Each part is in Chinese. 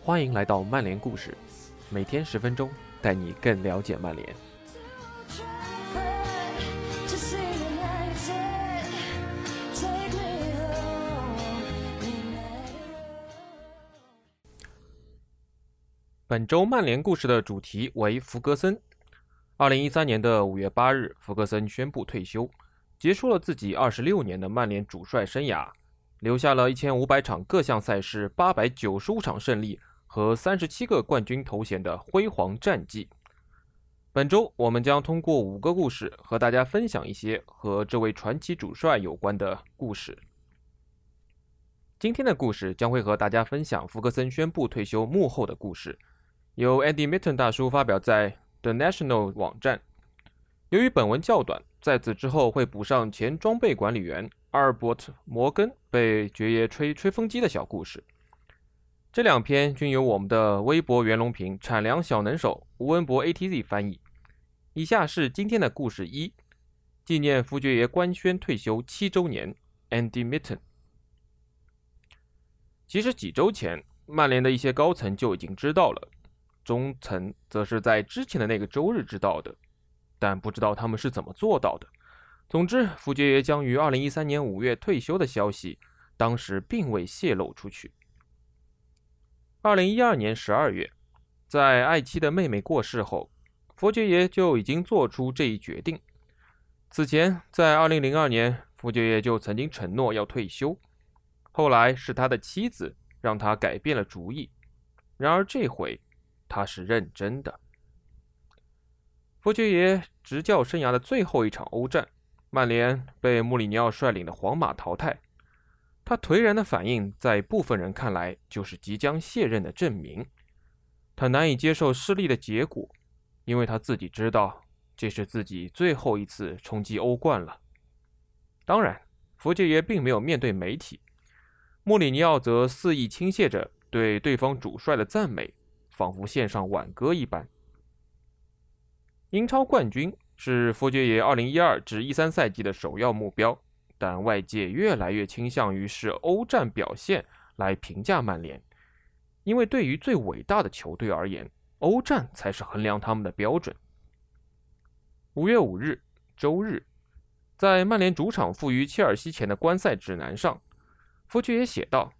欢迎来到曼联故事，每天10分钟，带你更了解曼联。本周曼联故事的主题为弗格森。2013年的5月8日，弗格森宣布退休，结束了自己26年的曼联主帅生涯，留下了1500场各项赛事895场胜利和37个冠军头衔的辉煌战绩。本周我们将通过5个故事和大家分享一些和这位传奇主帅有关的故事。今天的故事将会和大家分享弗格森宣布退休幕后的故事，由 Andy Mitten 大叔发表在 The National 网站。由于本文较短，在此之后会补上前装备管理员阿尔伯特·摩根被爵爷吹风机的小故事。这两篇均由我们的微博袁隆平产粮小能手吴文博 ATZ 翻译。以下是今天的故事1，纪念弗爵爷官宣退休7周年 Andy Mitten。 其实几周前曼联的一些高层就已经知道了，中层则是在之前的那个周日知道的，但不知道他们是怎么做到的。总之，弗爵爷将于2013年5月退休的消息当时并未泄露出去。2012年12月，在爱妻的妹妹过世后，弗爵爷就已经做出这一决定。此前在2002年，弗爵爷就曾经承诺要退休，后来是他的妻子让他改变了主意，然而这回他是认真的。弗爵爷执教生涯的最后一场欧战，曼联被穆里尼奥率领的皇马淘汰。他颓然的反应在部分人看来就是即将卸任的证明。他难以接受失利的结果，因为他自己知道这是自己最后一次冲击欧冠了。当然，弗爵爷并没有面对媒体，穆里尼奥则肆意倾泻着对对方主帅的赞美，仿佛献上挽歌一般。英超冠军是弗爵爷2012至13赛季的首要目标，但外界越来越倾向于是欧战表现来评价曼联，因为对于最伟大的球队而言，欧战才是衡量他们的标准。5月5日，周日，在曼联主场负于切尔西前的观赛指南上，弗爵爷写道：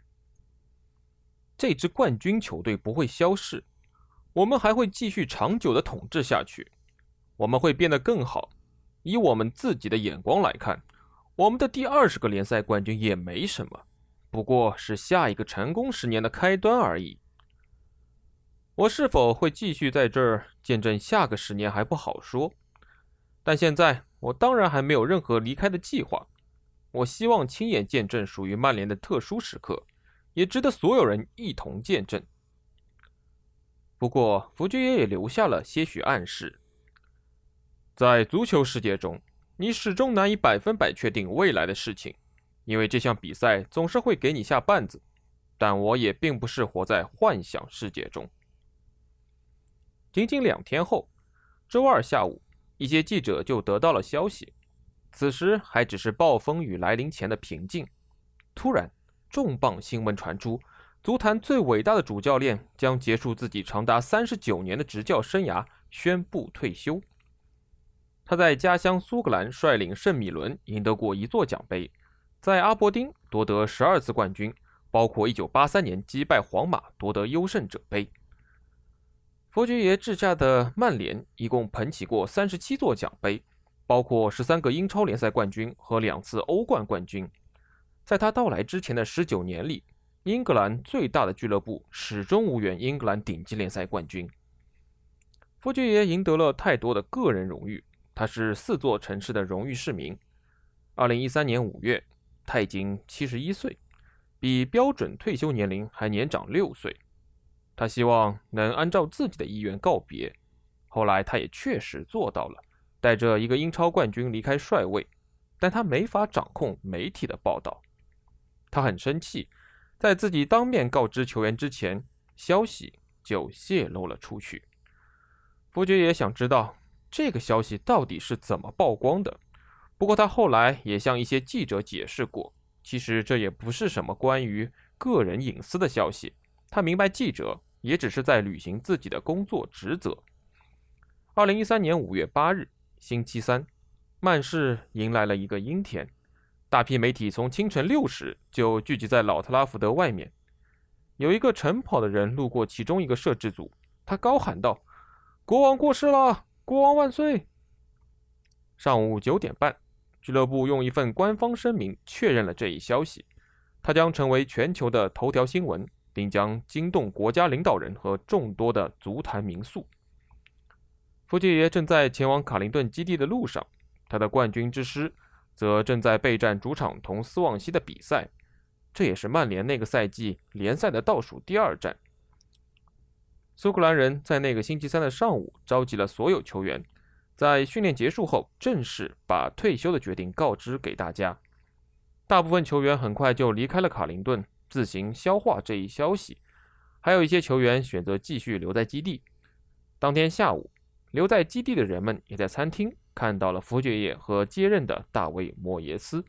这支冠军球队不会消逝，我们还会继续长久的统治下去，我们会变得更好。以我们自己的眼光来看，我们的第20个联赛冠军也没什么，不过是下一个成功10年的开端而已。我是否会继续在这儿见证下个10年还不好说，但现在我当然还没有任何离开的计划。我希望亲眼见证属于曼联的特殊时刻，也值得所有人一同见证。不过，弗爵爷也留下了些许暗示。在足球世界中，你始终难以100%确定未来的事情，因为这项比赛总是会给你下绊子。但我也并不是活在幻想世界中。仅仅2天后，周二下午，一些记者就得到了消息。此时还只是暴风雨来临前的平静。突然，重磅新闻传出，足坛最伟大的主教练将结束自己长达39年的执教生涯，宣布退休。他在家乡苏格兰率领圣米伦赢得过1座奖杯，在阿伯丁夺得12次冠军，包括1983年击败皇马夺得优胜者杯。弗爵爷治下的曼联一共捧起过37座奖杯，包括13个英超联赛冠军和2次欧冠冠军。在他到来之前的19年里，英格兰最大的俱乐部始终无缘英格兰顶级联赛冠军。弗爵爷赢得了太多的个人荣誉，他是4座城市的荣誉市民。2013年5月，他已经71岁，比标准退休年龄还年长6岁。他希望能按照自己的意愿告别，后来他也确实做到了，带着一个英超冠军离开帅位，但他没法掌控媒体的报道。他很生气，在自己当面告知球员之前，消息就泄露了出去。弗爵爷想知道这个消息到底是怎么曝光的，不过他后来也向一些记者解释过，其实这也不是什么关于个人隐私的消息， 他明白记者也只是在履行自己的工作职责。2013年5月8日，星期三，曼市迎来了一个阴天，大批媒体从清晨6时就聚集在老特拉福德外面。有一个晨跑的人路过其中一个摄制组，他高喊道：“国王过世了，国王万岁！”上午9点半，俱乐部用一份官方声明确认了这一消息，它将成为全球的头条新闻，并将惊动国家领导人和众多的足坛名宿。福杰爷正在前往卡林顿基地的路上，他的冠军之师则正在备战主场同斯旺西的比赛，这也是曼联那个赛季联赛的倒数第2战。苏格兰人在那个星期三的上午召集了所有球员，在训练结束后正式把退休的决定告知给大家。大部分球员很快就离开了卡林顿，自行消化这一消息，还有一些球员选择继续留在基地。当天下午，留在基地的人们也在餐厅看到了福爵爷和接任的大卫·莫耶斯。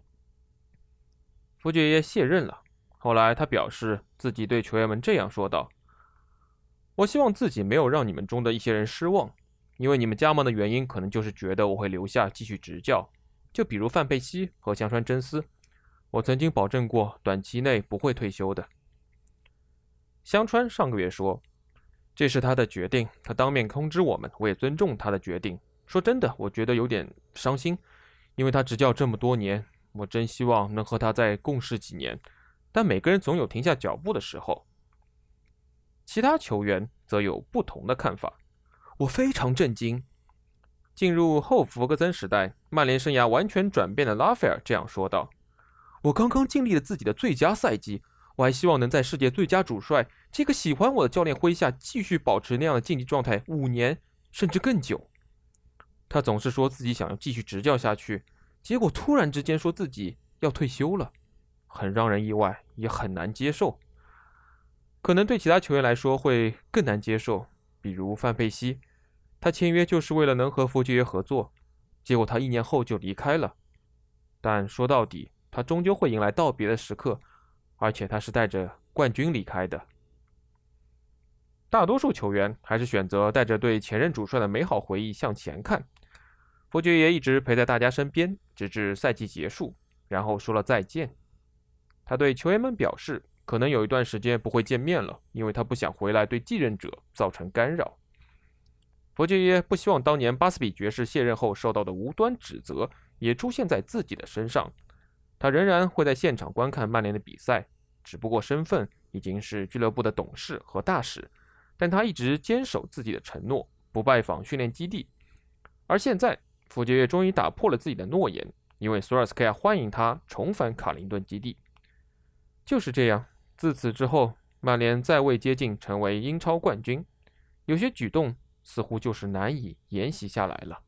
福爵爷卸任了，后来他表示自己对球员们这样说道：“我希望自己没有让你们中的一些人失望，因为你们加盟的原因可能就是觉得我会留下继续执教，就比如范佩西和香川真司，我曾经保证过短期内不会退休的。”香川上个月说：“这是他的决定，他当面通知我们，我也尊重他的决定。说真的，我觉得有点伤心，因为他执教这么多年，我真希望能和他再共事几年，但每个人总有停下脚步的时候。”其他球员则有不同的看法。我非常震惊。进入后弗格森时代，曼联生涯完全转变的拉斐尔这样说道：“我刚刚经历了自己的最佳赛季，我还希望能在世界最佳主帅这个喜欢我的教练麾下继续保持那样的竞技状态5年甚至更久。”他总是说自己想要继续执教下去，结果突然之间说自己要退休了，很让人意外，也很难接受。可能对其他球员来说会更难接受，比如范佩西，他签约就是为了能和福爵爷合作，结果他1年后就离开了。但说到底，他终究会迎来道别的时刻，而且他是带着冠军离开的。大多数球员还是选择带着对前任主帅的美好回忆向前看。福爵爷一直陪在大家身边，直至赛季结束，然后说了再见。他对球员们表示，可能有一段时间不会见面了，因为他不想回来对继任者造成干扰。福爵爷不希望当年巴斯比爵士卸任后受到的无端指责也出现在自己的身上。他仍然会在现场观看曼联的比赛，只不过身份已经是俱乐部的董事和大使，但他一直坚守自己的承诺，不拜访训练基地。而现在，福爵爷终于打破了自己的诺言，因为索尔斯克亚欢迎他重返卡林顿基地。就是这样，自此之后，曼联再未接近成为英超冠军，有些举动似乎就是难以沿袭下来了。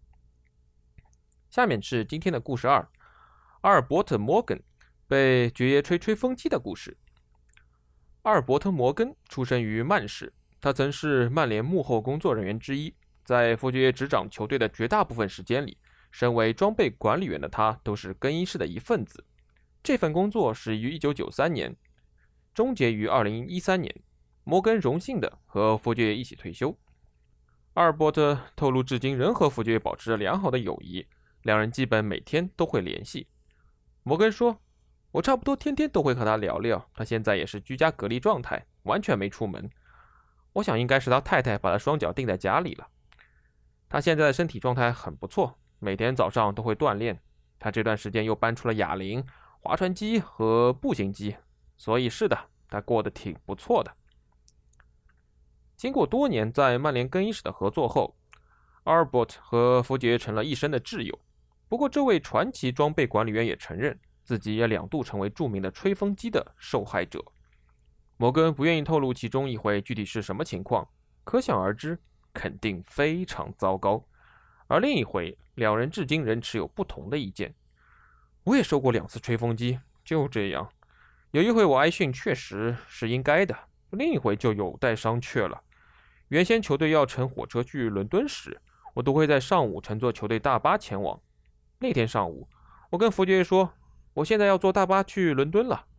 下面是今天的故事2，阿尔伯特·摩根被爵爷吹风机的故事。阿尔伯特·摩根出生于曼市，他曾是曼联幕后工作人员之一，在福爵爷执掌球队的绝大部分时间里，身为装备管理员的他都是更衣室的一份子。这份工作始于1993年，终结于2013年。摩根荣幸地和福爵爷一起退休。阿尔伯特透露，至今仍和福爵爷保持着良好的友谊，两人基本每天都会联系。摩根说：“我差不多天天都会和他聊聊，他现在也是居家隔离状态，完全没出门。我想应该是他太太把他双脚钉在家里了。他现在的身体状态很不错，每天早上都会锻炼。他这段时间又搬出了哑铃、划船机和步行机，所以是的，他过得挺不错的。”经过多年在曼联更衣室的合作后，阿尔伯特和福爵成了一生的挚友。不过这位传奇装备管理员也承认，自己也2度成为著名的吹风机的受害者。摩根不愿意透露其中一回具体是什么情况，可想而知，肯定非常糟糕。而另一回，两人至今仍持有不同的意见。我也收过2次吹风机，就这样。有一回我挨训确实是应该的，另一回就有待商榷了。原先球队要乘火车去伦敦时，我都会在上午乘坐球队大巴前往。那天上午，我跟福爵爷说，我现在要坐大巴去伦敦了。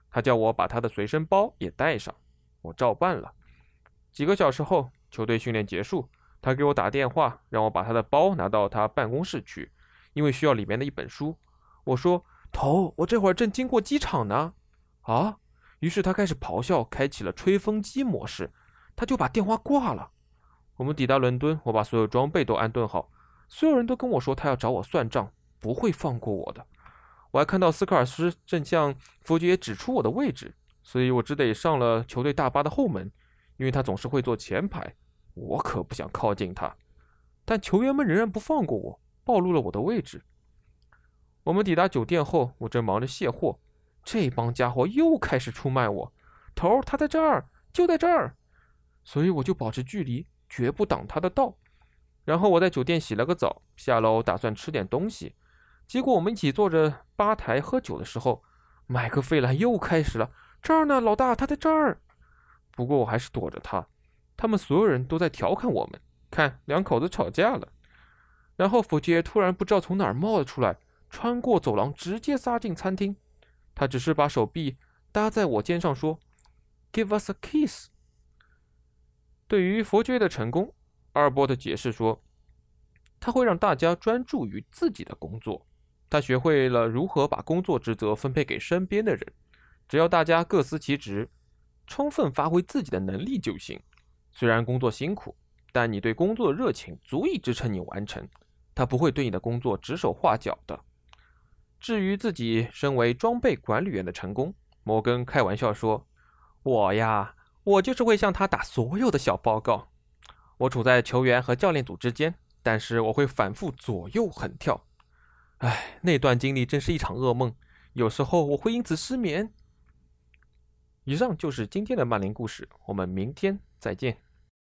他叫我把他的随身包也带上，我照办了。几个小时后，球队训练结束，他给我打电话，让我把他的包拿到他办公室去，因为需要里面的一本书。我说：头，我这会儿正经过机场呢。啊！于是他开始咆哮，开启了吹风机模式，他就把电话挂了。我们抵达伦敦，我把所有装备都安顿好，所有人都跟我说他要找我算账，不会放过我的。我还看到斯科尔斯正向弗爵指出我的位置，所以我只得上了球队大巴的后门，因为他总是会坐前排，我可不想靠近他。但球员们仍然不放过我，暴露了我的位置。我们抵达酒店后，我正忙着卸货，这帮家伙又开始出卖我。头，他在这儿，就在这儿。所以我就保持距离，绝不挡他的道。然后我在酒店洗了个澡，下楼打算吃点东西。结果我们一起坐着吧台喝酒的时候，麦克费兰又开始了：这儿呢，老大，他在这儿。不过我还是躲着他。他们所有人都在调侃我们，看两口子吵架了。然后弗杰突然不知道从哪儿冒了出来，穿过走廊直接杀进餐厅。他只是把手臂搭在我肩上说 Give us a kiss。 对于佛爵的成功，阿尔伯特解释说，他会让大家专注于自己的工作。他学会了如何把工作职责分配给身边的人，只要大家各司其职，充分发挥自己的能力就行。虽然工作辛苦，但你对工作的热情足以支撑你完成，他不会对你的工作指手画脚的。至于自己身为装备管理员的成功，摩根开玩笑说，我就是会向他打所有的小报告。我处在球员和教练组之间，但是我会反复左右横跳。那段经历真是一场噩梦，有时候我会因此失眠。以上就是今天的曼联故事，我们明天再见。